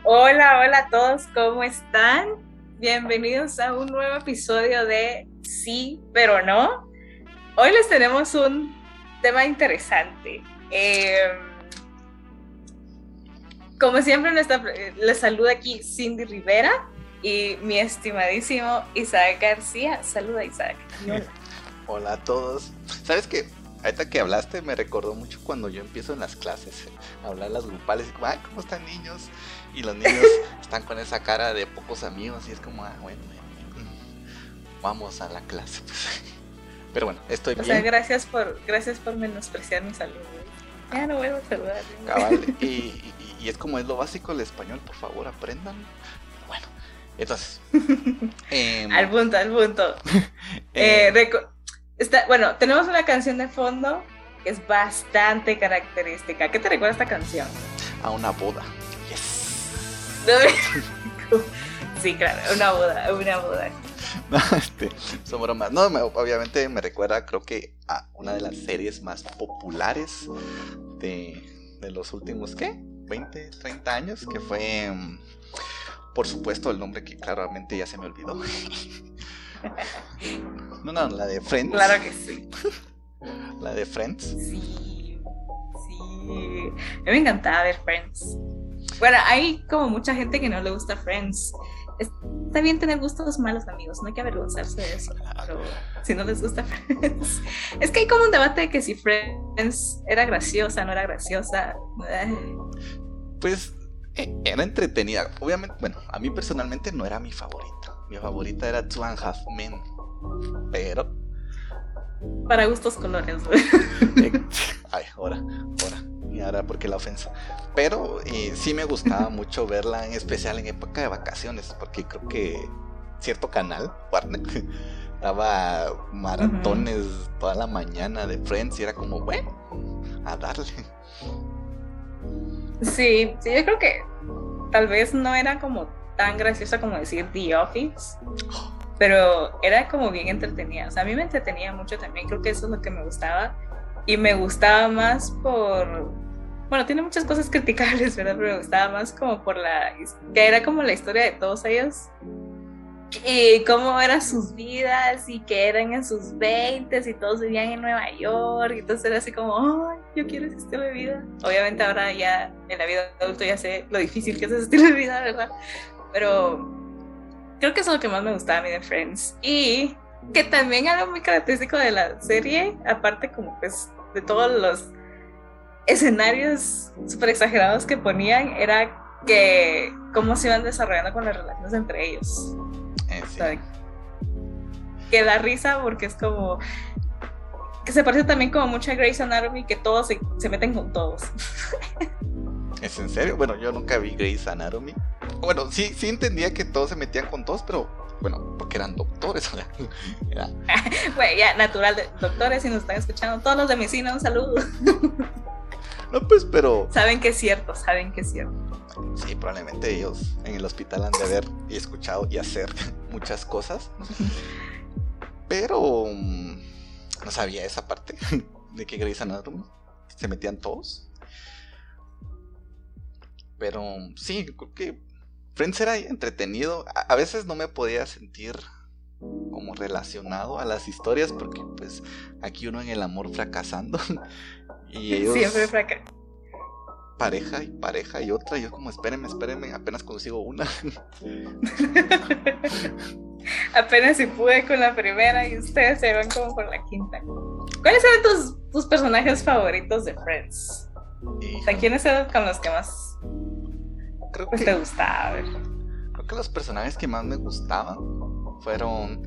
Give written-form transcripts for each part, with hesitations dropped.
Hola, hola a todos, ¿cómo están? Bienvenidos a un nuevo episodio de Sí, pero no. Hoy les tenemos un tema interesante. Como siempre, les saluda aquí Cindy Rivera y mi estimadísimo Isaac García. Saluda, Isaac. Hola. Hola a todos. ¿Sabes qué? Ahorita que hablaste me recordó mucho cuando yo empiezo en las clases a hablar las grupales y como, ay, ¿cómo están niños? Y los niños están con esa cara de pocos amigos y es como, bueno, vamos a la clase. Pero bueno, estoy bien. O sea, gracias por menospreciar mi salud. Ya no vuelvo a saludar. Cabal, y es como es lo básico el español, por favor, aprendan. Bueno, entonces. Al punto. Bueno, tenemos una canción de fondo que es bastante característica. ¿Qué te recuerda esta canción? A una boda. Yes. Sí, claro, una boda. No, son bromas. No, obviamente me recuerda, creo que a una de las series más populares de los últimos, ¿qué? 20, 30 años, que fue, por supuesto, el nombre que claramente ya se me olvidó. No, la de Friends. Claro que sí. La de Friends. Sí. A mí me encantaba ver Friends. Bueno, hay como mucha gente que no le gusta Friends. Está bien tener gustos malos, amigos, no hay que avergonzarse de eso. Pero si no les gusta Friends, es que hay como un debate de que si Friends era graciosa, no era graciosa. Pues era entretenida. Obviamente, bueno, a mí personalmente no era mi favorita. Mi favorita era Two and a Half Men. Pero para gustos colores. Ay, ahora. Y ahora, ¿por qué la ofensa? Pero sí me gustaba mucho verla, en especial en época de vacaciones, porque creo que cierto canal, Warner, daba maratones toda la mañana de Friends y era como, bueno, a darle. Sí, yo creo que tal vez no era como tan graciosa como decir The Office, pero era como bien entretenida. O sea, a mí me entretenía mucho también, creo que eso es lo que me gustaba. Y me gustaba más bueno, tiene muchas cosas criticables, ¿verdad? Pero me gustaba más como que era como la historia de todos ellos y cómo eran sus vidas y que eran en sus 20s y todos vivían en Nueva York, y entonces era así como, ay, yo quiero ese estilo de vida. Obviamente ahora ya en la vida de adulto ya sé lo difícil que es ese estilo de vida, ¿verdad? Pero creo que eso es lo que más me gustaba a mí de Friends. Y que también era muy característico de la serie, aparte como pues de todos los escenarios súper exagerados que ponían, era que cómo se iban desarrollando con las relaciones entre ellos. Sí. O sea, que da risa porque es como que se parece también como mucho a Grey's Anatomy, que todos se meten con todos. ¿Es en serio? Bueno, yo nunca vi Grey's Anatomy. Bueno, sí entendía que todos se metían con todos, pero bueno, porque eran doctores. Bueno, ya, natural, doctores, si nos están escuchando, todos los de medicina, un saludo. No, pues, pero saben que es cierto. Sí, probablemente ellos en el hospital han de haber y escuchado y hacer muchas cosas. Pero no sabía esa parte de que Grey's Anatomy se metían todos. Pero sí, creo que Friends era entretenido. A veces no me podía sentir como relacionado a las historias porque pues aquí uno en el amor fracasando y ellos siempre fracasan. Pareja y otra, y yo como espérenme, apenas consigo una. Apenas si pude con la primera y ustedes se van como por la quinta. ¿Cuáles eran tus personajes favoritos de Friends? O sea, ¿quiénes eran con los que más te gustaba? A ver. Creo que los personajes que más me gustaban fueron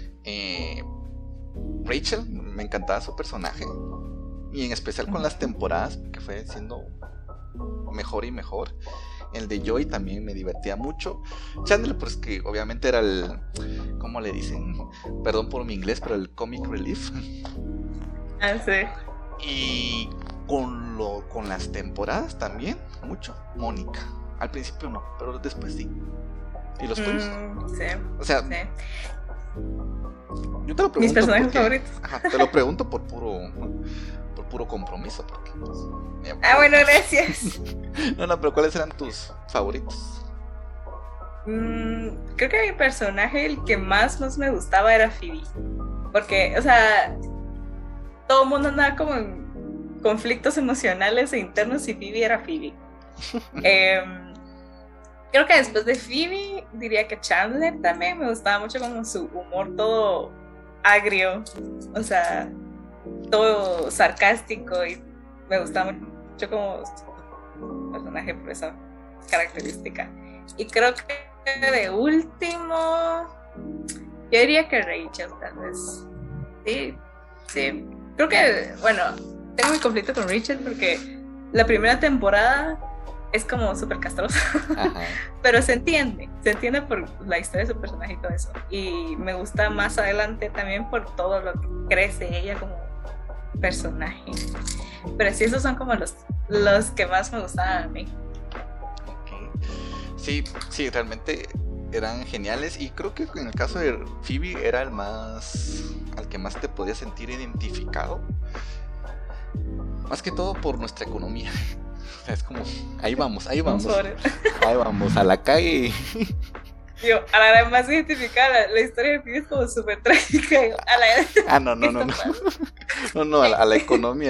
Rachel, me encantaba su personaje, y en especial con las temporadas que fue siendo mejor y mejor. El de Joey también me divertía mucho. Chandler, pues que obviamente era el, ¿cómo le dicen? Perdón por mi inglés, pero el comic relief. Ah, sí. Y con las temporadas también mucho Mónica. Al principio no, pero después sí. ¿Y los tuyos? Sí. O sea, sí. Yo te lo pregunto. Mis personajes favoritos. Ajá, te lo pregunto por puro compromiso, porque pues, bueno, gracias. No, pero ¿cuáles eran tus favoritos? Creo que mi personaje, el que más me gustaba era Phoebe. Porque, o sea, todo el mundo andaba como en conflictos emocionales e internos y Phoebe era Phoebe. Creo que después de Phoebe diría que Chandler también me gustaba mucho como su humor todo agrio, o sea, todo sarcástico, y me gustaba mucho como su personaje por esa característica. Y creo que de último yo diría que Rachel tal vez. Sí, creo que, bueno, tengo mi conflicto con Rachel porque la primera temporada es como súper castrosa, pero se entiende por la historia de su personaje y todo eso, y me gusta más adelante también por todo lo que crece ella como personaje. Pero sí, esos son como los que más me gustaban a mí. Okay. Sí, realmente eran geniales, y creo que en el caso de Phoebe era al que más te podías sentir identificado, más que todo por nuestra economía. Es como, ahí vamos a la calle. Yo, a la gran más identificada, la historia de Phoebe es como súper trágica. No, a la economía.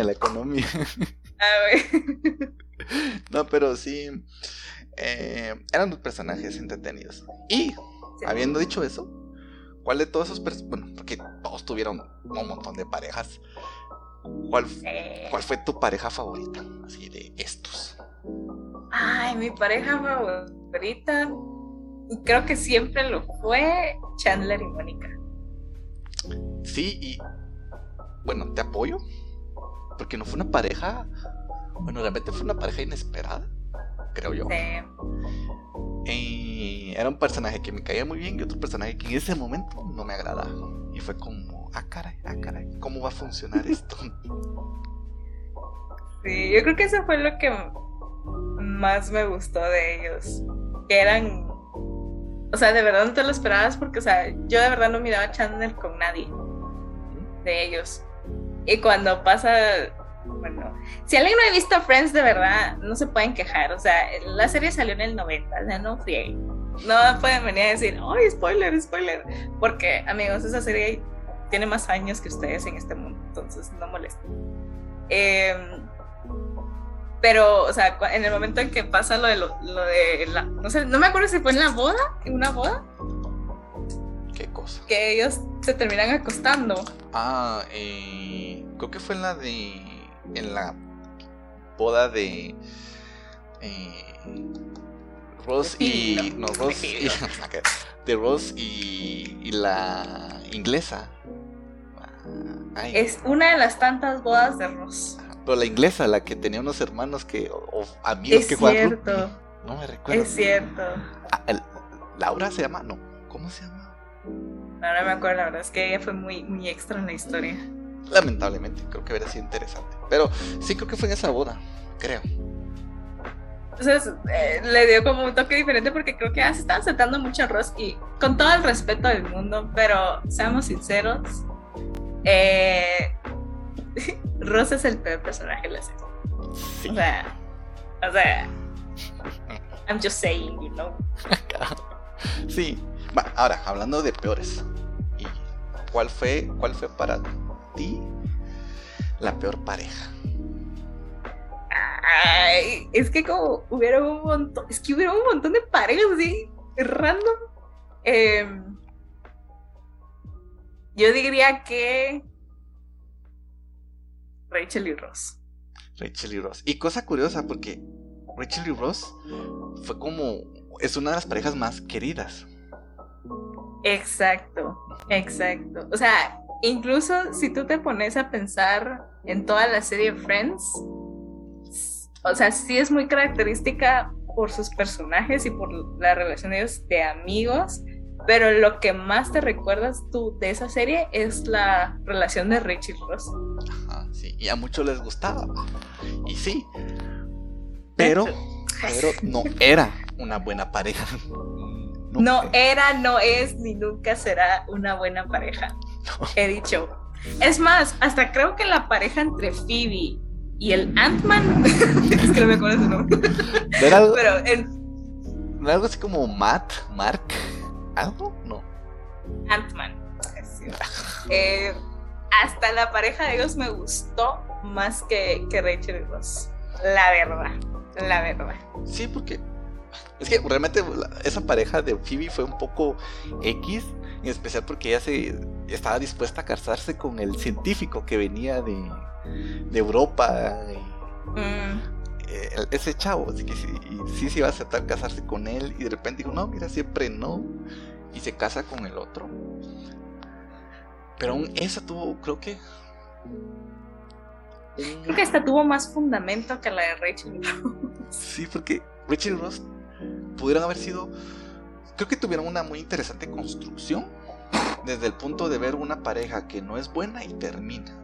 No, pero sí, eran dos personajes entretenidos. Y, sí, habiendo dicho eso, ¿cuál de todos esos bueno, porque todos tuvieron un montón de parejas, ¿cuál fue tu pareja favorita? Así de estos. Ay, mi pareja favorita, creo que siempre lo fue Chandler y Mónica. Sí, y bueno, te apoyo, porque no fue una pareja, bueno, realmente fue una pareja inesperada, creo yo. Sí. Era un personaje que me caía muy bien y otro personaje que en ese momento no me agradaba. Y fue como, caray, ¿cómo va a funcionar esto? Sí, yo creo que eso fue lo que más me gustó de ellos. Que eran, o sea, de verdad no te lo esperabas, porque, o sea, yo de verdad no miraba a Chandler con nadie de ellos. Y cuando pasa, bueno, si alguien no ha visto Friends, de verdad, no se pueden quejar. O sea, la serie salió en el 90, o sea, no frieguen. No pueden venir a decir, ¡ay, spoiler! Porque, amigos, esa serie tiene más años que ustedes en este mundo, entonces no molesten. Pero, o sea, en el momento en que pasa lo de la, no sé, no me acuerdo si fue en una boda. ¿Qué cosa? Que ellos se terminan acostando. Creo que fue en la boda de Ross y de Ross y la inglesa. Es una de las tantas bodas de Ross. Pero la inglesa, la que tenía unos hermanos o amigos que jugaban rugby. No me recuerdo. Es cierto. ¿Laura se llama? No. ¿Cómo se llama? No me acuerdo, la verdad es que ella fue muy, muy extra en la historia. Lamentablemente, creo que hubiera sido interesante. Pero sí, creo que fue en esa boda, creo. Entonces le dio como un toque diferente, porque creo que se estaban sentando mucho a Ross, y con todo el respeto del mundo, pero seamos sinceros, Ross es el peor personaje de la serie. Sí. O sea, I'm just saying, you know. Sí. Ahora, hablando de peores, ¿y cuál fue para ti la peor pareja? Ay, es que como hubieron un montón de parejas así random. Yo diría que Rachel y Ross. Y cosa curiosa, porque Rachel y Ross es una de las parejas más queridas. Exacto. O sea, incluso si tú te pones a pensar en toda la serie Friends, o sea, sí es muy característica por sus personajes y por la relación de ellos de amigos, pero lo que más te recuerdas tú de esa serie es la relación de Rachel y Ross. Ajá, sí, y a muchos les gustaba. Y sí, pero no era una buena pareja. No es, ni nunca será una buena pareja. No. He dicho. Es más, hasta creo que la pareja entre Phoebe y el Ant-Man, es que no me acuerdo su nombre. Pero algo así como Mark, ¿algo? No. Ant-Man. Sí. Hasta la pareja de ellos me gustó más que Rachel y Ross. La verdad. Sí, porque es que realmente esa pareja de Phoebe fue un poco X, en especial porque ella estaba dispuesta a casarse con el científico que venía de Europa. Ese chavo, así que sí se iba a aceptar casarse con él, y de repente dijo, no, mira, siempre no, y se casa con el otro. Pero aún esa tuvo, creo que esta tuvo más fundamento que la de Rachel y Ross. Sí, porque Rachel y Ross pudieron haber sido, creo que tuvieron una muy interesante construcción desde el punto de ver una pareja que no es buena y termina.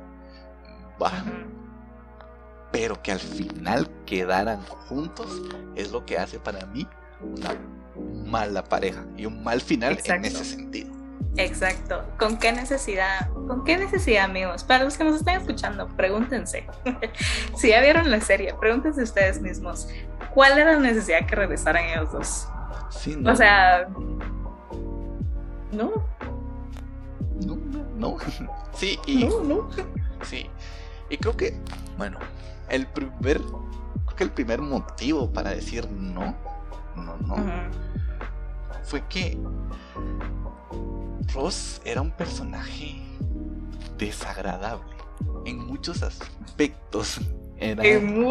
Pero que al final quedaran juntos es lo que hace para mí una mala pareja y un mal final. Exacto. En ese sentido. Exacto. ¿Con qué necesidad, amigos? Para los que nos están escuchando, pregúntense. Si ya vieron la serie, pregúntense ustedes mismos, ¿cuál era la necesidad que regresaran ellos dos? Sí, no. O sea, no. Sí, no. Sí. Y creo que, bueno, el primer motivo para decir no, fue que Ross era un personaje desagradable en muchos aspectos. Era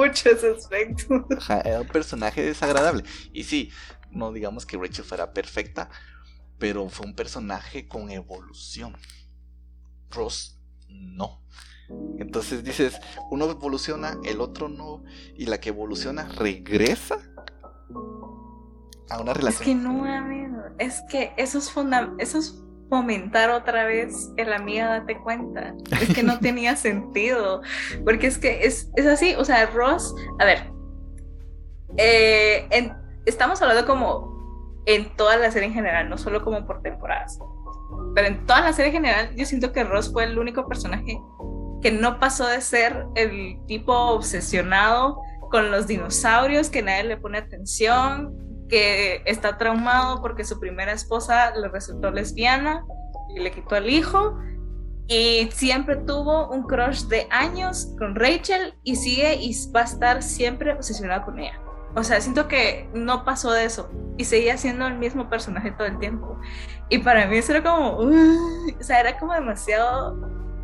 un personaje desagradable. Y sí, no digamos que Rachel fuera perfecta, pero fue un personaje con evolución. Ross no. Entonces dices, uno evoluciona, el otro no, y la que evoluciona regresa a una relación. Es que no, amigo, es que eso es fomentar otra vez el amiga, date cuenta. Es que no tenía sentido, porque es que es así, o sea, Ross, a ver, estamos hablando como en toda la serie en general, no solo como por temporadas, pero en toda la serie en general yo siento que Ross fue el único personaje que no pasó de ser el tipo obsesionado con los dinosaurios, que nadie le pone atención, que está traumado porque su primera esposa le resultó lesbiana y le quitó al hijo, y siempre tuvo un crush de años con Rachel y sigue y va a estar siempre obsesionado con ella. O sea, siento que no pasó de eso y seguía siendo el mismo personaje todo el tiempo, y para mí eso era como o sea, era como demasiado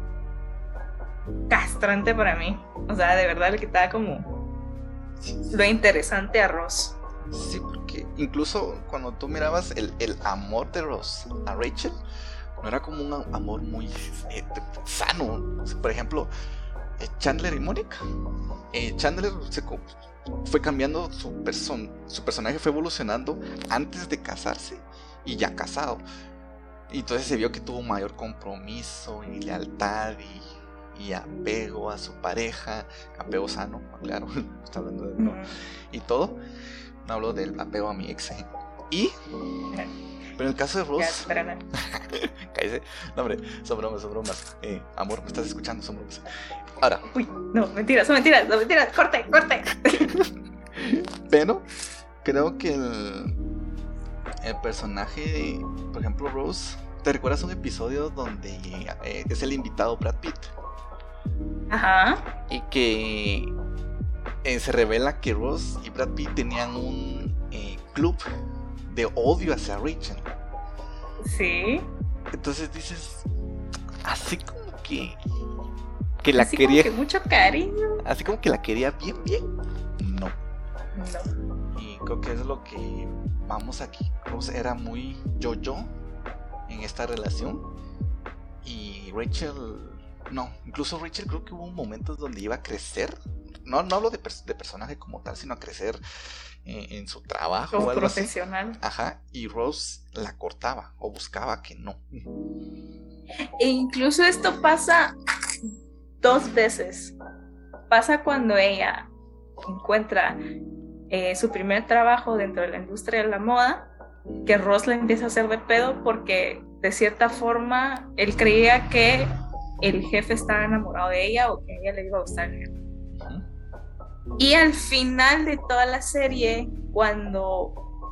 castrante para mí. O sea, de verdad le quitaba como lo interesante a Ross. Sí, porque incluso cuando tú mirabas el amor de Ross a Rachel, no era como un amor muy sano. O sea, por ejemplo, Chandler y Mónica. Chandler fue cambiando, su personaje fue evolucionando antes de casarse y ya casado. Y entonces se vio que tuvo mayor compromiso y lealtad y apego a su pareja, apego sano, claro, está hablando de no, y todo. No hablo del apego a mi ex. Pero en el caso de Ross, cállese. No, hombre, son bromas. Amor, ¿me estás escuchando? Son bromas. Ahora. Uy, no, mentiras. Corte. Pero creo que el personaje de, por ejemplo, Ross, ¿te recuerdas un episodio donde es el invitado Brad Pitt? Ajá. Y que se revela que Ross y Brad Pitt tenían un club de odio hacia Rachel. Sí. Entonces dices, así como que la así quería, como que mucho cariño, así como que la quería bien. No. Y creo que es lo que vamos aquí. Ross era muy yo en esta relación, y Rachel no. Incluso Rachel creo que hubo momentos donde iba a crecer. No hablo de personaje como tal, sino a crecer en su trabajo como o algo profesional así. Ajá. Y Ross la cortaba o buscaba que no. E incluso esto pasa 2 veces. Pasa cuando ella encuentra su primer trabajo dentro de la industria de la moda, que Ross le empieza a hacer de pedo porque de cierta forma él creía que el jefe estaba enamorado de ella o que a ella le iba a gustar el jefe. Y al final de toda la serie, cuando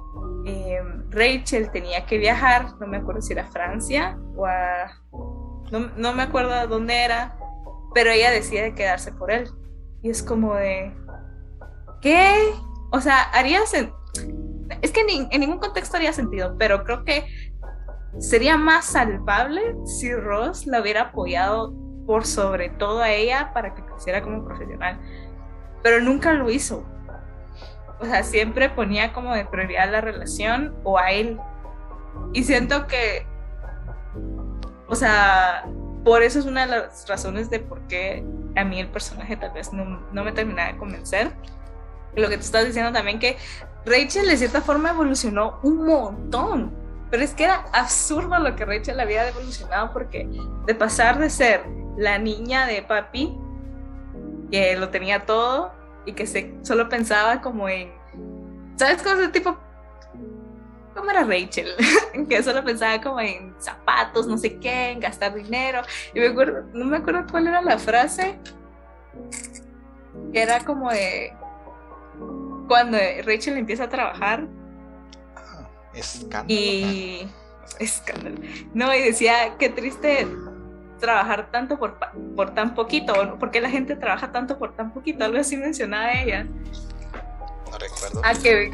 Rachel tenía que viajar, no me acuerdo si era a Francia o a... No me acuerdo a dónde era, pero ella decide quedarse por él. Y es como de... ¿Qué? O sea, es que en ningún contexto haría sentido, pero creo que sería más salvable si Ross la hubiera apoyado por sobre todo a ella para que creciera como profesional. Pero nunca lo hizo. O sea, siempre ponía como de prioridad la relación o a él. Y siento que, o sea, por eso es una de las razones de por qué a mí el personaje tal vez no me terminaba de convencer. Lo que tú estás diciendo también, que Rachel de cierta forma evolucionó un montón, pero es que era absurdo lo que Rachel había evolucionado, porque de pasar de ser la niña de papi, que lo tenía todo y que solo pensaba como en, ¿sabes cómo ese tipo? ¿Cómo era Rachel? Que solo pensaba como en zapatos, no sé qué, en gastar dinero. Y no me acuerdo cuál era la frase, que era como de cuando Rachel empieza a trabajar. Escándalo. Y escándalo. No, y decía, qué triste trabajar tanto por tan poquito, porque la gente trabaja tanto por tan poquito, algo así mencionaba ella. No recuerdo.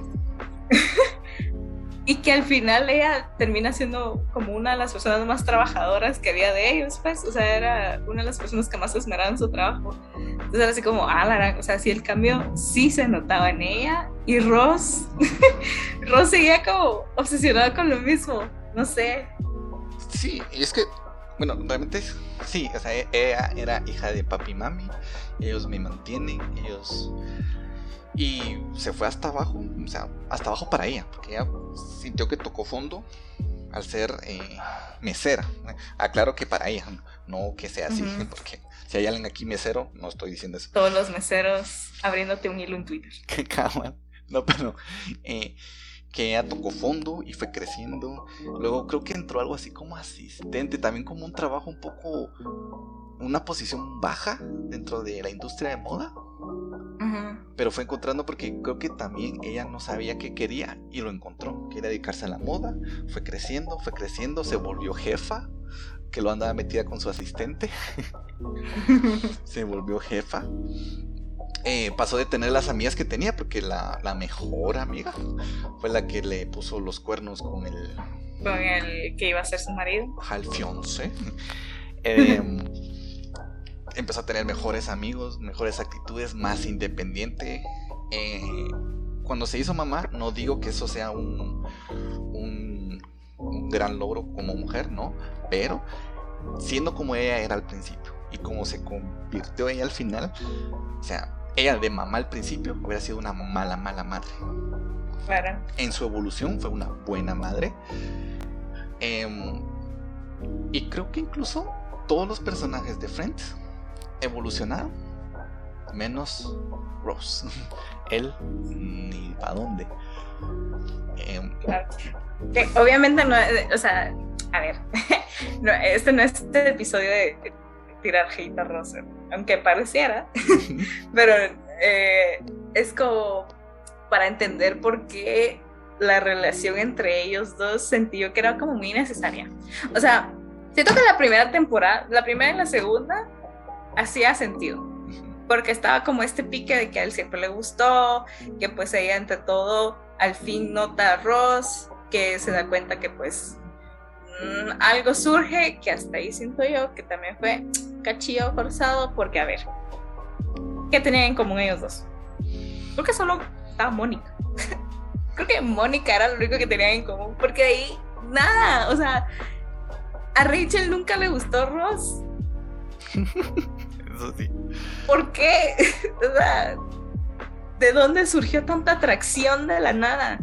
Y que al final ella termina siendo como una de las personas más trabajadoras que había de ellos, pues, o sea, era una de las personas que más se esmeraban en su trabajo. Entonces era así como, o sea, sí, el cambio sí se notaba en ella. Y Ross seguía como obsesionada con lo mismo, no sé. Sí, y es que, bueno, realmente sí, o sea, ella era hija de papi y mami, ellos me mantienen, y se fue hasta abajo, o sea, hasta abajo para ella, porque ella sintió que tocó fondo al ser mesera. Aclaro que para ella, no que sea así, porque si hay alguien aquí mesero, no estoy diciendo eso. Todos los meseros abriéndote un hilo en Twitter. No, pero que ella tocó fondo y fue creciendo. Luego creo que entró algo así como asistente, también como un trabajo un poco, una posición baja dentro de la industria de moda. Pero fue encontrando, porque creo que también ella no sabía qué quería y lo encontró. Quería dedicarse a la moda. Fue creciendo, se volvió jefa, que lo andaba metida con su asistente. Se volvió jefa. Pasó de tener las amigas que tenía, porque la mejor amiga fue la que le puso los cuernos con el que iba a ser su marido, al fiancé. Empezó a tener mejores amigos, mejores actitudes, más independiente. Cuando se hizo mamá, no digo que eso sea un gran logro como mujer, no, pero siendo como ella era al principio y como se convirtió ella al final, o sea, ella de mamá al principio hubiera sido una mala madre. Claro. En su evolución fue una buena madre. Y creo que incluso todos los personajes de Friends evolucionaron, menos Ross. Él ni para dónde. Claro. Que obviamente no, o sea, a ver, no, este no es el episodio de tirar hate a Ross, aunque pareciera, pero es como para entender por qué la relación entre ellos dos sentí yo que era como muy necesaria. O sea, siento que la primera temporada, la primera y la segunda, hacía sentido, porque estaba como este pique de que a él siempre le gustó, que pues ella entre todo al fin nota a Ross, que se da cuenta que pues algo surge, que hasta ahí siento yo que también fue cachillo forzado, porque a ver, ¿qué tenían en común ellos dos? Creo que solo estaba Mónica. Creo que Mónica era lo único que tenían en común, porque de ahí nada, o sea, a Rachel nunca le gustó Ross. Eso sí. ¿Por qué? O sea, ¿de dónde surgió tanta atracción de la nada?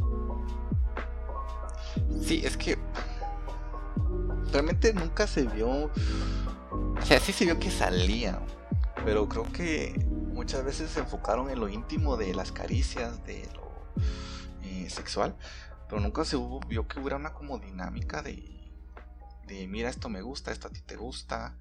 Sí, es que realmente nunca se vio. O sea, sí se vio que salía, pero creo que muchas veces se enfocaron en lo íntimo de las caricias, de lo sexual, pero nunca se vio que hubiera una como dinámica de mira, esto me gusta, esto a ti te gusta,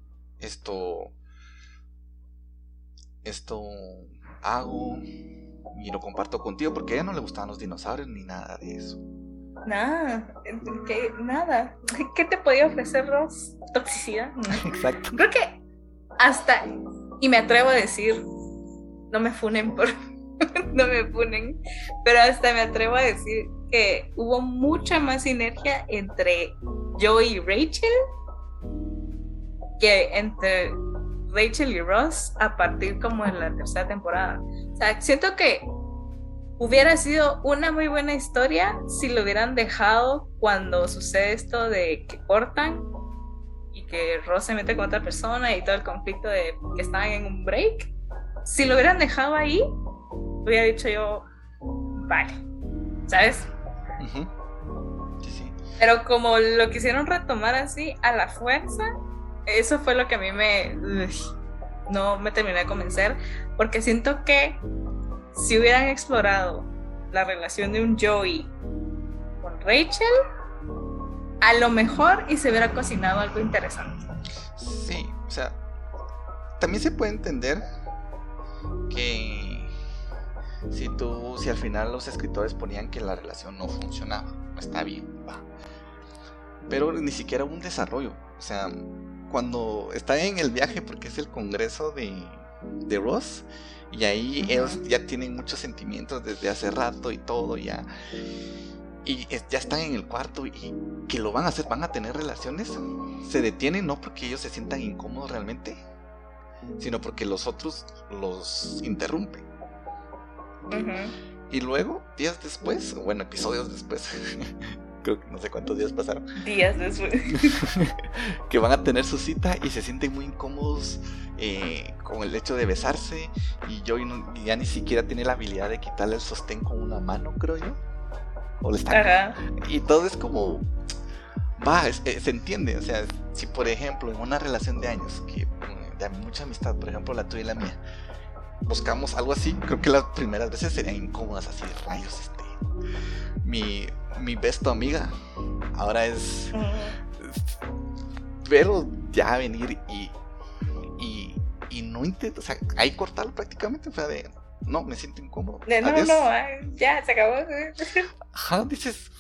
esto hago, y lo comparto contigo porque a ella no le gustaban los dinosaurios ni nada de eso. Nada, nada. ¿Qué te podía ofrecer, Ross? ¿Toxicidad? No. Exacto. Creo que hasta, y me atrevo a decir, no me funen no me funen, pero hasta me atrevo a decir que hubo mucha más sinergia entre Joey y Rachel que entre Rachel y Ross a partir como de la tercera temporada. O sea, siento que hubiera sido una muy buena historia si lo hubieran dejado cuando sucede esto de que cortan y que Ross se mete con otra persona y todo el conflicto de que estaban en un break. Si lo hubieran dejado ahí, hubiera dicho yo, vale, ¿sabes? Uh-huh. Sí. Pero como lo quisieron retomar así a la fuerza, eso fue lo que a mí no me terminó de convencer, porque siento que si hubieran explorado la relación de un Joey con Rachel, a lo mejor y se hubiera cocinado algo interesante. Sí, o sea, también se puede entender que si al final los escritores ponían que la relación no funcionaba, está bien, va. Pero ni siquiera hubo un desarrollo. O sea, cuando está en el viaje, porque es el congreso de Ross, y ahí ellos ya tienen muchos sentimientos desde hace rato y todo ya. Y ya están en el cuarto y que lo van a hacer, van a tener relaciones, se detienen no porque ellos se sientan incómodos realmente, sino porque los otros los interrumpen. Y luego, días después, bueno, episodios después, creo que no sé cuántos días pasaron. Días después. Que van a tener su cita y se sienten muy incómodos con el hecho de besarse. Y Joey ya ni siquiera tiene la habilidad de quitarle el sostén con una mano, creo yo. O le está. Y todo es como. Se entiende. O sea, si por ejemplo en una relación de años, de mucha amistad, por ejemplo la tuya y la mía, buscamos algo así, creo que las primeras veces serían incómodas, así de rayos. Mi besto amiga ahora es pero ya venir y no intento, o sea, ahí cortarlo prácticamente, o sea, de no, me siento incómodo. Ya se acabó. Ajá, dices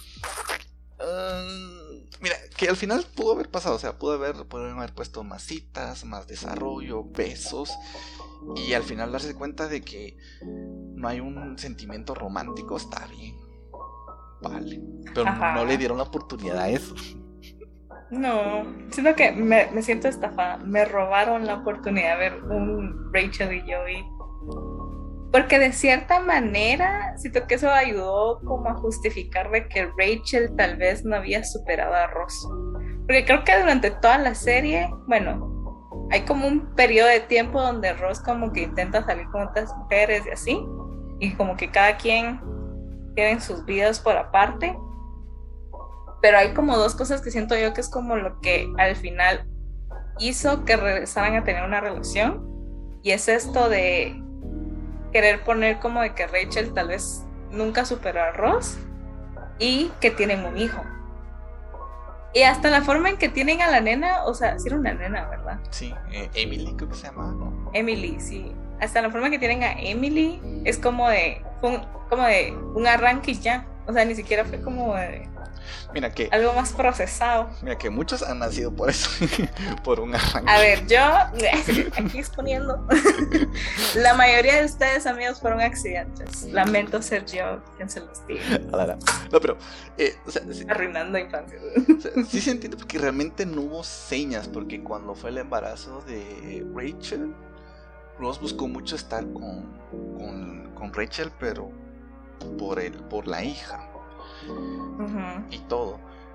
mira, que al final pudo haber pasado, o sea, pudieron haber puesto más citas, más desarrollo, besos, y al final darse cuenta de que no hay un sentimiento romántico, está bien, vale, pero no le dieron la oportunidad a eso. No, siento que me siento estafada, me robaron la oportunidad de ver un Rachel y Joey, porque de cierta manera siento que eso ayudó como a justificar de que Rachel tal vez no había superado a Ross, porque creo que durante toda la serie, bueno, hay como un periodo de tiempo donde Ross como que intenta salir con otras mujeres y así, y como que cada quien tiene sus vidas por aparte, pero hay como dos cosas que siento yo que es como lo que al final hizo que regresaran a tener una relación, y es esto de querer poner como de que Rachel tal vez nunca superó a Ross y que tienen un hijo. Y hasta la forma en que tienen a la nena, o sea, sí era una nena, ¿verdad? Sí, Emily creo que se llama, ¿no? Emily, sí. Hasta la forma en que tienen a Emily es como de un arranque y ya. O sea, ni siquiera fue como de algo más procesado. Mira que muchos han nacido por eso, por un arranque. A ver, yo aquí exponiendo la mayoría de ustedes, amigos, fueron accidentes. Lamento ser yo quien se los diga. No, pero o sea, arruinando infancia. O sea, sí se entiende porque realmente no hubo señas, porque cuando fue el embarazo de Rachel, Ross buscó mucho estar con Rachel, pero por la hija. Y todo,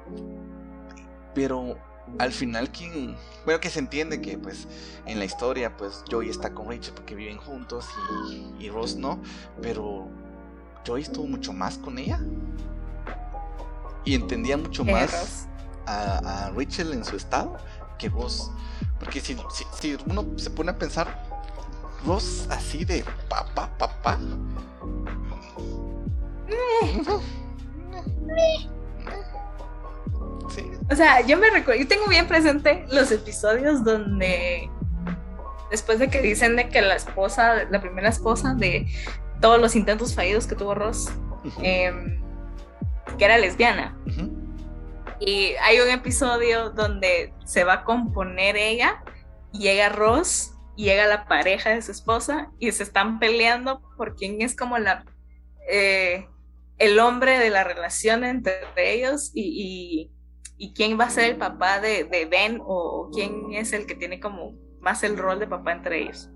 pero al final que se entiende que pues en la historia pues Joey está con Rachel porque viven juntos y Ross no, pero Joey estuvo mucho más con ella y entendía mucho más a Rachel en su estado que Ross, porque si uno se pone a pensar, Ross así de papá sí. O sea, yo tengo bien presente los episodios donde después de que dicen de que la primera esposa de todos los intentos fallidos que tuvo Ross, que era lesbiana. Y hay un episodio donde se va a componer ella, y llega Ross, y llega la pareja de su esposa, y se están peleando por quién es como el hombre de la relación entre ellos, y quién va a ser el papá de Ben, o quién es el que tiene como más el rol de papá entre ellos.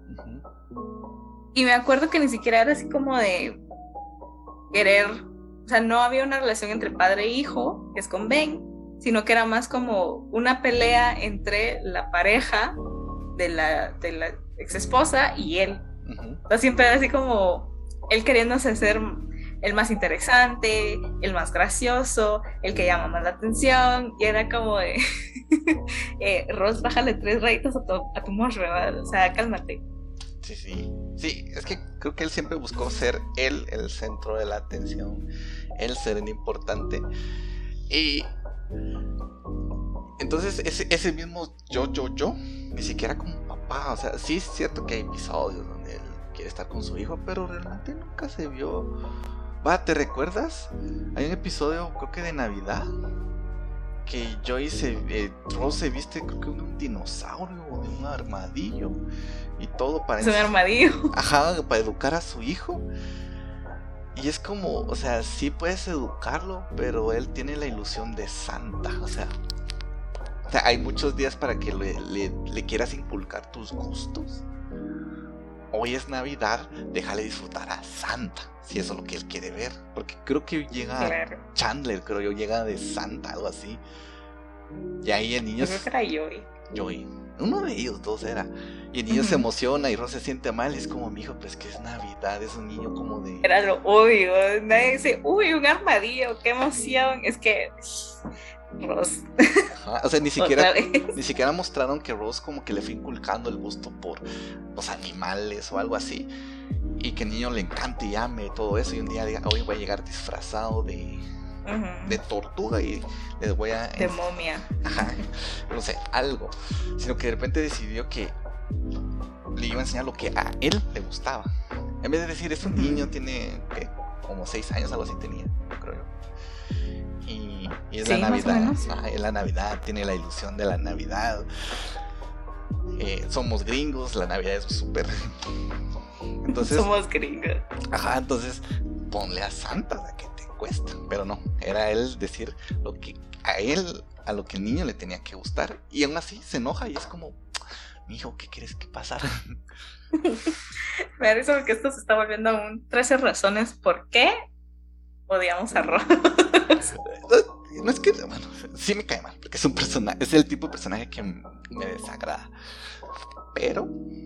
Y me acuerdo que ni siquiera era así como de querer, o sea, no había una relación entre padre e hijo, que es con Ben, sino que era más como una pelea entre la pareja de la ex esposa y él. Entonces siempre era así como él queriéndose ser el más interesante, el más gracioso, el que llama más la atención, y era como de Ross, bájale 3 rayitas a tu morro, ¿verdad? O sea, cálmate. Sí, es que creo que él siempre buscó ser él el centro de la atención, él ser el importante. Y entonces ese mismo yo, ni siquiera como papá, o sea, sí es cierto que hay episodios donde él quiere estar con su hijo, pero realmente nunca se vio. ¿Te recuerdas? Hay un episodio, creo que de Navidad, que Ross se viste, creo que de un dinosaurio o de un armadillo, y todo para... Es un armadillo. Ajá, para educar a su hijo. Y es como, o sea, sí puedes educarlo, pero él tiene la ilusión de Santa, o sea, hay muchos días para que le quieras inculcar tus gustos. Hoy es Navidad, déjale disfrutar a Santa, si eso es lo que él quiere ver. Porque creo que llega Chandler, llega de Santa, algo así. Y ahí el niño... Yo creo que era Joey. Uno de ellos dos era. Y el niño se emociona y Ross se siente mal. Es como, mijo, pues que es Navidad, es un niño como de... Era lo obvio, nadie dice, uy, un armadillo, qué emoción. Es que... Ross. Ajá, o sea, ni siquiera mostraron que Ross como que le fue inculcando el gusto por los animales o algo así, y que el niño le encante y ame todo eso, y un día diga, hoy voy a llegar disfrazado de tortuga y les voy a... de momia. Ajá, no sé, algo. Sino que de repente decidió que le iba a enseñar lo que a él le gustaba. En vez de decir, es un niño, tiene, ¿qué? Como 6 años, algo así tenía, creo yo. Y es la Navidad, es la Navidad, tiene la ilusión de la Navidad. Somos gringos, la Navidad es súper. Entonces, somos gringos. Ajá, entonces ponle a Santa, ¿qué te cuesta? Pero no, era él decir lo que a lo que el niño le tenía que gustar. Y aún así se enoja y es como, mijo, ¿qué quieres que pasara? Me da risa porque esto se está volviendo un 13 razones por qué odiamos a Ross. No es que, bueno, sí me cae mal, porque es un personaje, es el tipo de personaje que me desagrada. Pero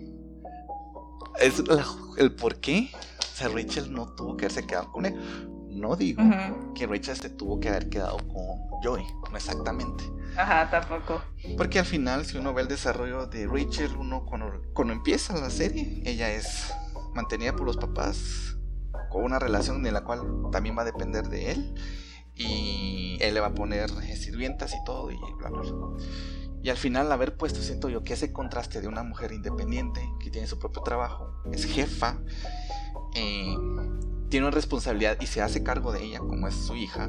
es el por qué. O sea, Rachel no tuvo que haberse quedado con él. No digo que Rachel se tuvo que haber quedado con Joey, no exactamente. Ajá, tampoco. Porque al final, si uno ve el desarrollo de Rachel, uno cuando empieza la serie, ella es mantenida por los papás con una relación en la cual también va a depender de él, y él le va a poner sirvientas y todo, y bla bla bla. Y al final haber puesto, siento yo, que ese contraste de una mujer independiente que tiene su propio trabajo, es jefa, tiene una responsabilidad y se hace cargo de ella como es su hija,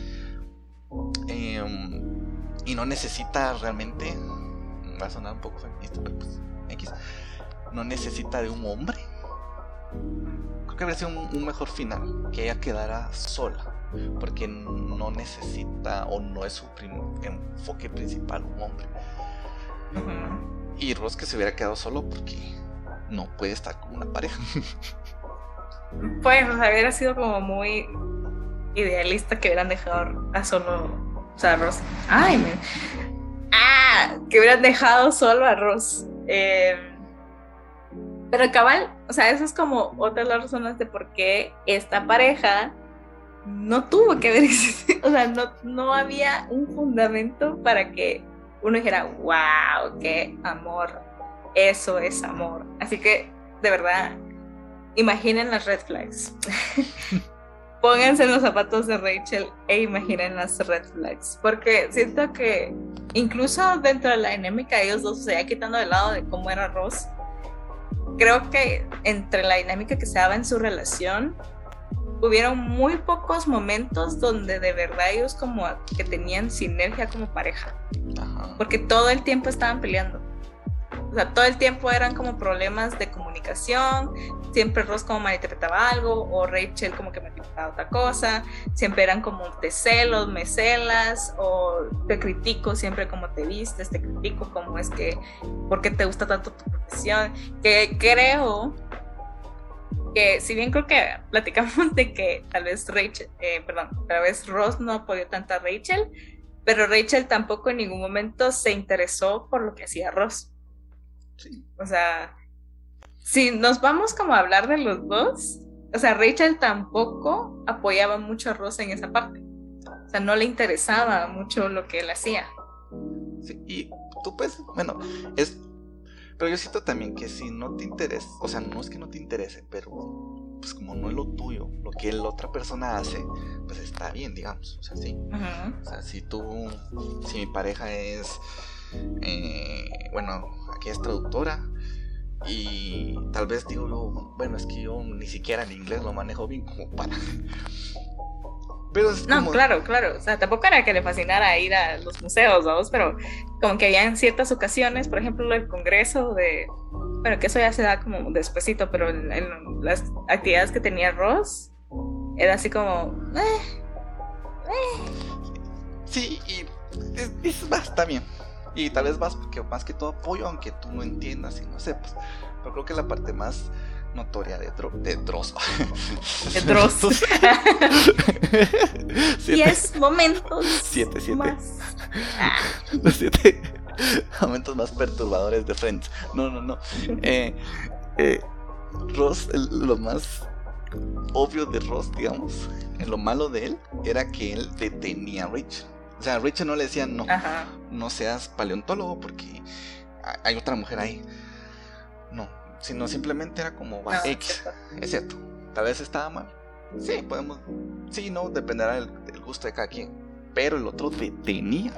y no necesita realmente, va a sonar un poco feminista, pero pues X, no necesita de un hombre. Creo que habría sido un mejor final que ella quedara sola, porque no necesita, o no es su enfoque principal, un hombre. Y Ross que se hubiera quedado solo porque no puede estar con una pareja. Pues, o sea, hubiera sido como muy idealista que hubieran dejado a solo, o sea, a Ross. Que hubieran dejado solo a Ross. Pero cabal, o sea, eso es como otra de las razones de por qué esta pareja no tuvo que haber existido. O sea, no había un fundamento para que uno dijera, wow, qué amor, eso es amor. Así que, de verdad, imaginen las red flags. Pónganse en los zapatos de Rachel e imaginen las red flags, porque siento que incluso dentro de la dinámica de ellos dos, o sea, quitando de lado de cómo era Ross, creo que entre la dinámica que se daba en su relación, hubieron muy pocos momentos donde de verdad ellos como que tenían sinergia como pareja. Ajá. Porque todo el tiempo estaban peleando. O sea, todo el tiempo eran como problemas de comunicación, siempre Ross como malinterpretaba algo, o Rachel como que malinterpretaba otra cosa, siempre eran como te celos, me celas, o te critico siempre como te vistes, te critico como es que, ¿por qué te gusta tanto tu profesión? Que creo que, si bien creo que platicamos de que tal vez Ross no apoyó tanto a Rachel, pero Rachel tampoco en ningún momento se interesó por lo que hacía Ross. Sí. O sea, si nos vamos como a hablar de los dos, o sea, Rachel tampoco apoyaba mucho a Ross en esa parte. O sea, no le interesaba mucho lo que él hacía. Sí, y tú pues, bueno, pero yo siento también que si no te interesa, o sea, no es que no te interese, pero pues como no es lo tuyo, lo que la otra persona hace, pues está bien, digamos, o sea, sí. Uh-huh. O sea, si mi pareja es, bueno, aquí es traductora, y tal vez digo yo, bueno, es que yo ni siquiera en inglés lo manejo bien como para... Pero es como... No, claro, o sea, tampoco era que le fascinara ir a los museos, ¿vamos? Pero como que había en ciertas ocasiones, por ejemplo, el congreso bueno, que eso ya se da como despuesito, pero en las actividades que tenía Ross, era así como... Sí, y está bien. Y tal vez vas porque más que todo apoyo, aunque tú no entiendas y no sepas. Pero creo que la parte más notoria de Dross. De Dross. 10 momentos 7 más. Los 7 momentos más perturbadores de Friends. No. Ross, lo más obvio de Ross, digamos, lo malo de él era que él detenía a Rachel. O sea, a Rachel no le decía no seas paleontólogo porque hay otra mujer ahí. No, sino simplemente era como X. Es cierto, tal vez estaba mal. Sí, dependerá del gusto de cada quien. Pero el otro detenía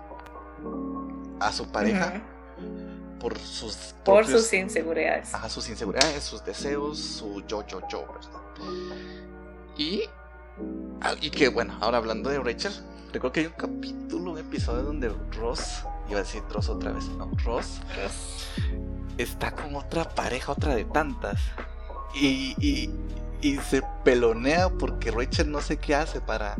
a su pareja por sus inseguridades. Ajá, sus inseguridades, sus deseos, su yo, ¿verdad? Y que bueno, ahora hablando de Rachel, recuerdo que hay un episodio donde Ross, iba a decir Dross otra vez, no, Ross está con otra pareja, otra de tantas, y se pelonea porque Rachel no sé qué hace para...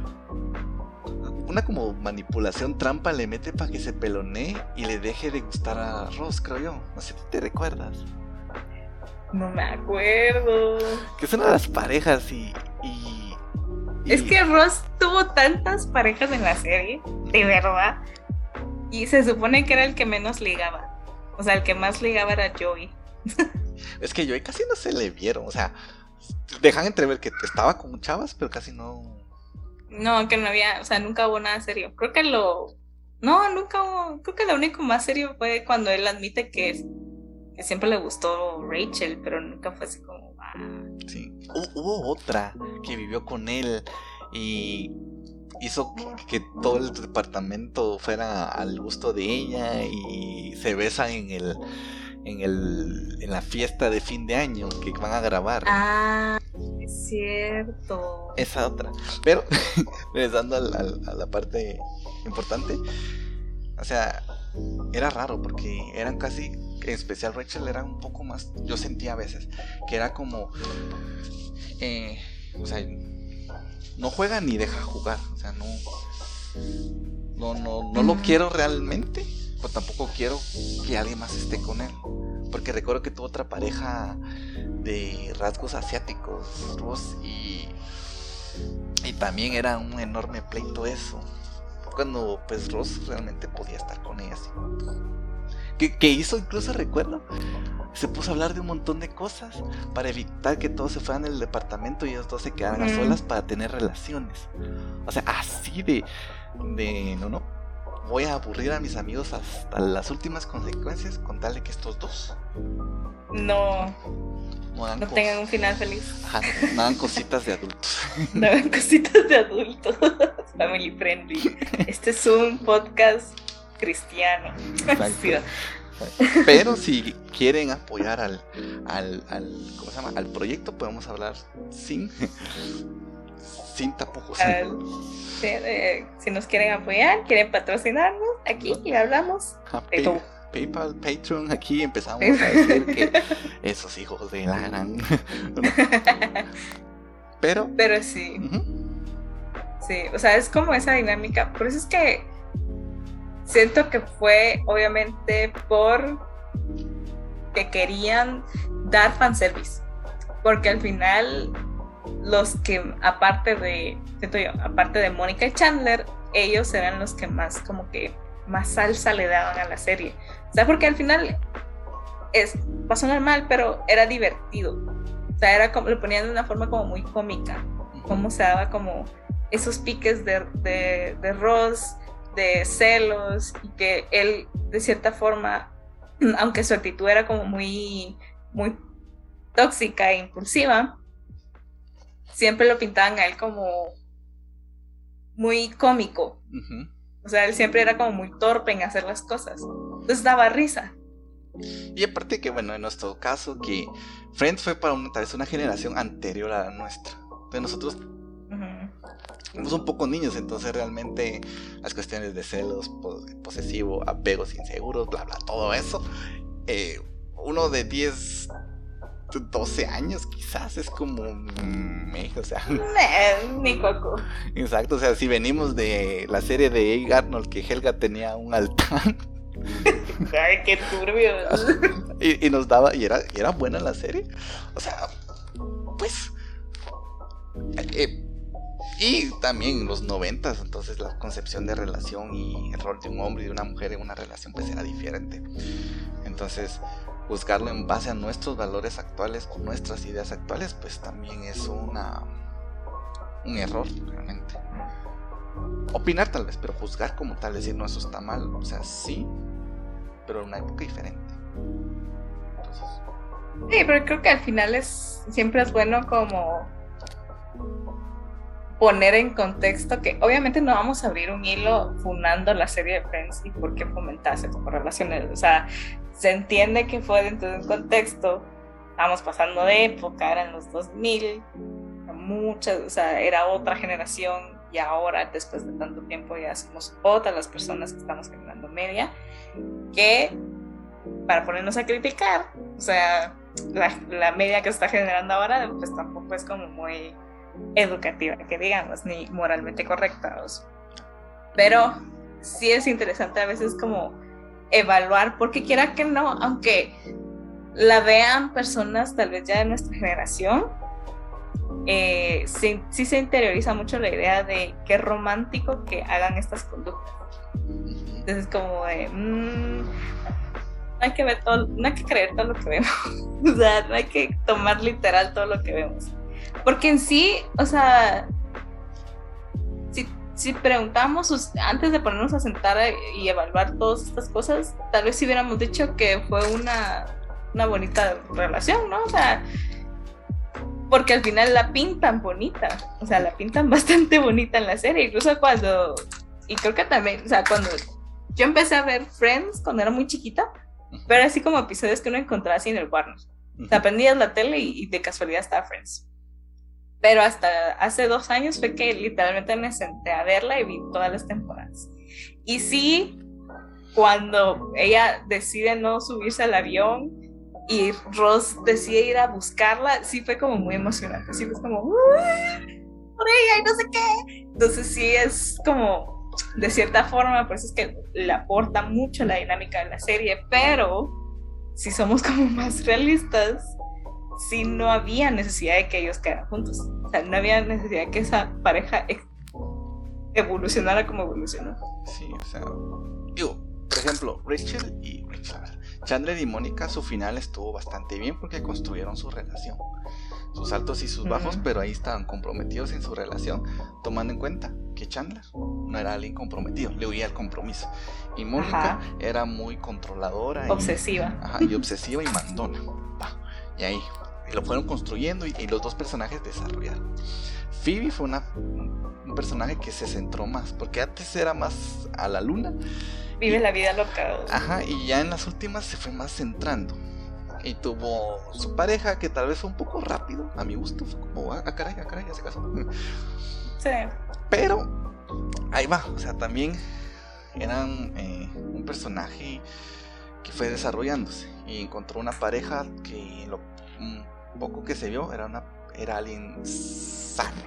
Una como manipulación trampa le mete para que se pelonee y le deje de gustar a Ross, creo yo. No sé si te recuerdas. No me acuerdo. Que es una de las parejas y... Es que Ross tuvo tantas parejas en la serie, de verdad. Y se supone que era el que menos ligaba. O sea, el que más ligaba era Joey. Es que Joey casi no se le vieron. O sea, dejan entrever que estaba con chavas, pero casi no... No, que no había, o sea, nunca hubo nada serio. Creo que nunca hubo, creo que lo único más serio fue cuando él admite que siempre le gustó Rachel, pero nunca fue así como... Sí, hubo otra que vivió con él y hizo que todo el departamento fuera al gusto de ella y se besan en la fiesta de fin de año que van a grabar. Es cierto. Esa otra. Pero regresando a la parte importante, o sea, era raro porque eran casi, en especial Rachel era un poco más, yo sentía a veces que era como o sea, no juega ni deja jugar, o sea, no lo quiero realmente, pero tampoco quiero que alguien más esté con él, porque recuerdo que tuvo otra pareja de rasgos asiáticos, Ross, y también era un enorme pleito eso, cuando pues Ross realmente podía estar con ella así. Que hizo, incluso recuerdo, se puso a hablar de un montón de cosas para evitar que todos se fueran del departamento y ellos dos se quedaran a solas para tener relaciones. O sea, así de no, voy a aburrir a mis amigos hasta las últimas consecuencias con tal de que estos dos no tengan un final feliz. Ajá, no hagan cositas de adultos. No hagan cositas de adultos. Family friendly. Este es un podcast cristiano. Exacto. Pero si quieren apoyar ¿cómo se llama? Al proyecto, podemos hablar sin tapujos. Si nos quieren apoyar, quieren patrocinarnos, aquí le hablamos. PayPal, Patreon, aquí empezamos a decir que esos hijos de la gran. Pero sí. Sí, o sea, es como esa dinámica. Por eso es que siento que fue obviamente por que querían dar fanservice. Porque al final, los que, aparte de Mónica y Chandler, ellos eran los que más, como que, más salsa le daban a la serie. O sea, porque al final pasó normal, pero era divertido. O sea, era como, lo ponían de una forma como muy cómica. Cómo se daba como esos piques de Ross, de celos, y que él, de cierta forma, aunque su actitud era como muy, muy tóxica e impulsiva, siempre lo pintaban a él como muy cómico. Uh-huh. O sea, él siempre era como muy torpe en hacer las cosas. Entonces daba risa. Y aparte que, bueno, en nuestro caso, que Friends fue para tal vez una generación anterior a la nuestra. Entonces nosotros somos un poco niños, entonces realmente las cuestiones de celos, posesivo, apegos inseguros, bla, bla, todo eso. Uno de 10, 12 años quizás es como... o sea... Ni coco. Exacto, o sea, si venimos de la serie de Hey Arnold, que Helga tenía un altar... Ay, qué turbio. y nos daba, y era buena la serie. O sea, pues... y también en los 90s, entonces la concepción de relación y el rol de un hombre y de una mujer en una relación pues era diferente. Entonces, juzgarlo en base a nuestros valores actuales o nuestras ideas actuales, pues también es un error realmente. Opinar tal vez, pero juzgar como tal, decir no, eso está mal, o sea, sí, pero en una época diferente. Entonces... Sí, pero creo que al final siempre es bueno como poner en contexto que obviamente no vamos a abrir un hilo funando la serie de Friends y por qué fomentase por relaciones, o sea, se entiende que fue dentro de un contexto, estábamos pasando de época, eran los 2000, muchas, o sea, era otra generación, y ahora después de tanto tiempo ya somos otras las personas que estamos generando media, que para ponernos a criticar, o sea, la media que se está generando ahora pues tampoco es como muy educativa, que digamos, ni moralmente correcta, pero sí es interesante a veces como evaluar, porque quiera que no, aunque la vean personas tal vez ya de nuestra generación, sí se interioriza mucho la idea de qué romántico que hagan estas conductas. Entonces como de no hay que ver todo, no hay que creer todo lo que vemos. O sea, no hay que tomar literal todo lo que vemos, porque en sí, o sea, si preguntamos antes de ponernos a sentar y evaluar todas estas cosas, tal vez si hubiéramos dicho que fue una bonita relación, ¿no? O sea, porque al final la pintan bonita, o sea, la pintan bastante bonita en la serie, incluso y creo que también, o sea, cuando yo empecé a ver Friends cuando era muy chiquita, pero así como episodios que uno encontraba así en el Warner, o sea, prendías la tele y de casualidad estaba Friends. Pero hasta hace 2 años fue que literalmente me senté a verla y vi todas las temporadas. Y sí, cuando ella decide no subirse al avión y Ross decide ir a buscarla, sí fue como muy emocionante. Sí fue como, por ella y no sé qué. Entonces sí es como, de cierta forma, por eso es que le aporta mucho la dinámica de la serie. Pero si somos como más realistas, sí no había necesidad de que ellos quedaran juntos. O sea, no había necesidad de que esa pareja evolucionara como evolucionó. Sí, o sea, digo, por ejemplo, Chandler y Mónica, su final estuvo bastante bien porque construyeron su relación, sus altos y sus bajos, pero ahí estaban comprometidos en su relación, tomando en cuenta que Chandler no era alguien comprometido, le huía al compromiso, y Mónica era muy controladora, obsesiva, y obsesiva y mandona. Y ahí lo fueron construyendo y los dos personajes desarrollaron. Phoebe fue un personaje que se centró más, porque antes era más a la luna Vive la vida loca. Ajá, y ya en las últimas se fue más centrando. Y tuvo su pareja, que tal vez fue un poco rápido, a mi gusto. Fue como, caray, ya se casó. Sí. Pero ahí va, o sea, también eran un personaje que fue desarrollándose. Y encontró una pareja que lo poco que se vio era alguien sano.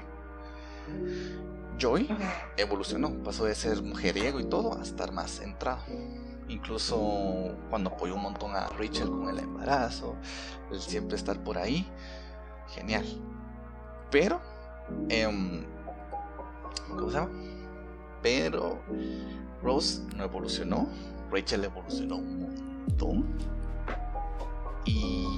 Joy evolucionó, pasó de ser mujeriego y todo a estar más centrado. Incluso cuando apoyó un montón a Rachel con el embarazo, el siempre estar por ahí, genial. Pero, ¿cómo se llama? Pero Rose no evolucionó, Rachel evolucionó un montón. Y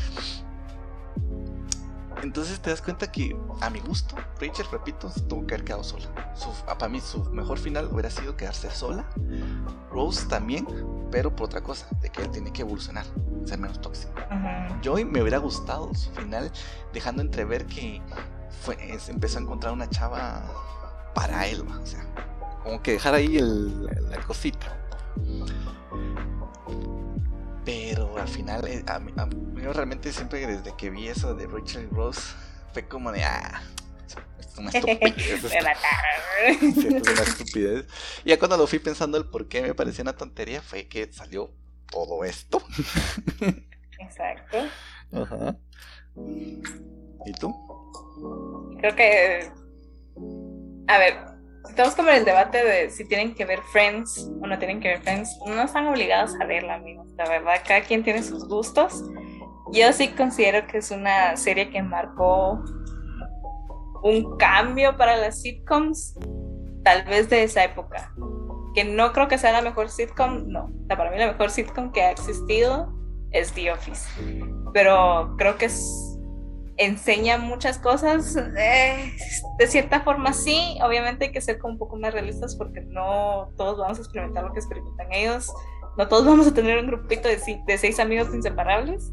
entonces te das cuenta que, a mi gusto, Rachel, repito, se tuvo que haber quedado sola. Para mí su mejor final hubiera sido quedarse sola. Rose también, pero por otra cosa, de que él tiene que evolucionar, ser menos tóxico. Joy me hubiera gustado su final, dejando entrever que empezó a encontrar una chava para él, o sea, como que dejar ahí la cosita. Pero al final, yo realmente siempre desde que vi eso de Rachel y Rose, fue como de, es una estupidez. Me mataron. Sí, es una estupidez. Y ya cuando lo fui pensando el por qué me parecía una tontería, fue que salió todo esto. Exacto. Ajá. ¿Y tú? Creo que, a ver, estamos como en el debate de si tienen que ver Friends o no tienen que ver Friends. No están obligados a verla, amigos. La verdad, cada quien tiene sus gustos. Yo sí considero que es una serie que marcó un cambio para las sitcoms, tal vez de esa época. Que no creo que sea la mejor sitcom, no. Para mí la mejor sitcom que ha existido es The Office. Pero creo que enseña muchas cosas, de cierta forma sí, obviamente hay que ser como un poco más realistas porque no todos vamos a experimentar lo que experimentan ellos, no todos vamos a tener un grupito de 6 amigos inseparables,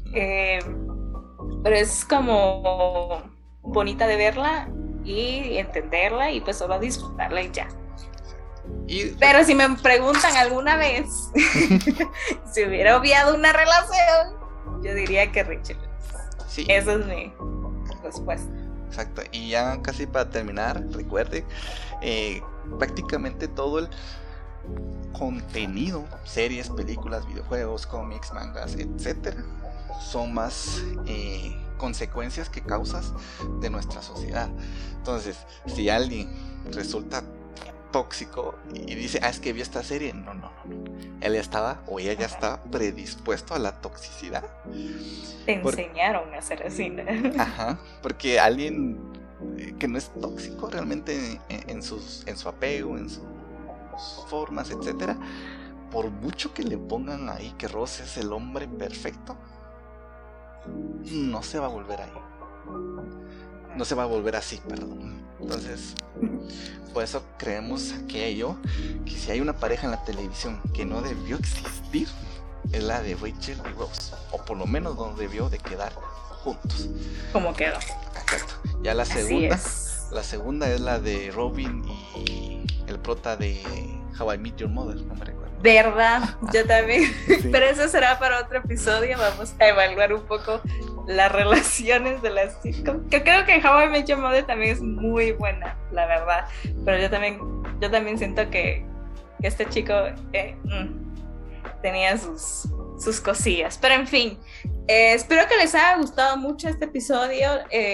pero es como bonita de verla y entenderla y pues solo disfrutarla y ya. Pero si me preguntan alguna vez si hubiera obviado una relación, yo diría que Rachel. Sí. Esa es mi respuesta. Exacto. Y ya casi para terminar, recuerde, prácticamente todo el contenido, series, películas, videojuegos, cómics, mangas, etcétera, son más consecuencias que causas de nuestra sociedad. Entonces, si alguien resulta tóxico y dice, es que vio esta serie, no. Él estaba o ella ya está predispuesto a la toxicidad. Te enseñaron a ser así, ¿no? Ajá, porque alguien que no es tóxico realmente en su apego, en sus formas, etcétera, por mucho que le pongan ahí que Ross es el hombre perfecto, no se va a volver ahí. No se va a volver así, perdón. Entonces, por eso creemos aquello, que si hay una pareja en la televisión que no debió existir, es la de Rachel y Ross, o por lo menos no debió de quedar juntos. ¿Cómo quedó? Exacto. Ya la segunda es la de Robin y el prota de How I Met Your Mother, no me recuerdo. ¿Verdad? Yo también. Sí. Pero eso será para otro episodio. Vamos a evaluar un poco las relaciones de las sitcoms. Que creo que How I Met Your Mother también es muy buena, la verdad. Pero yo también siento que este chico tenía sus cosillas. Pero en fin, espero que les haya gustado mucho este episodio.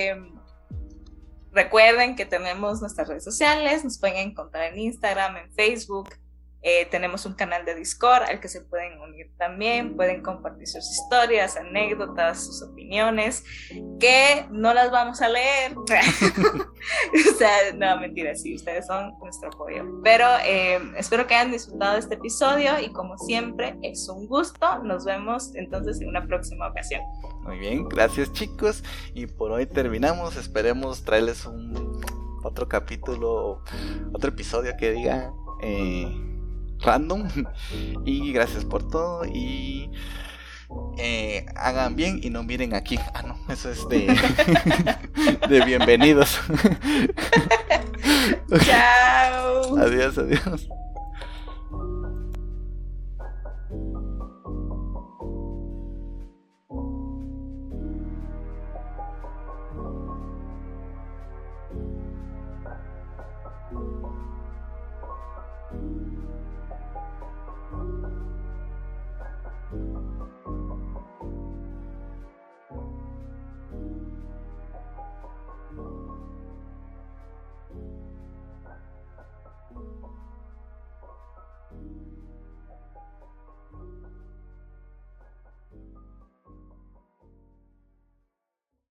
Recuerden que tenemos nuestras redes sociales, nos pueden encontrar en Instagram, en Facebook. Tenemos un canal de Discord al que se pueden unir también, pueden compartir sus historias, anécdotas, sus opiniones, que no las vamos a leer. O sea, no, mentira, sí, ustedes son nuestro apoyo. Pero espero que hayan disfrutado de este episodio y como siempre es un gusto. Nos vemos entonces en una próxima ocasión. Muy bien, gracias chicos, y por hoy terminamos. Esperemos traerles otro capítulo, otro episodio que diga random. Y gracias por todo y hagan bien y no miren aquí. No, eso es de bienvenidos. Chao. Adiós.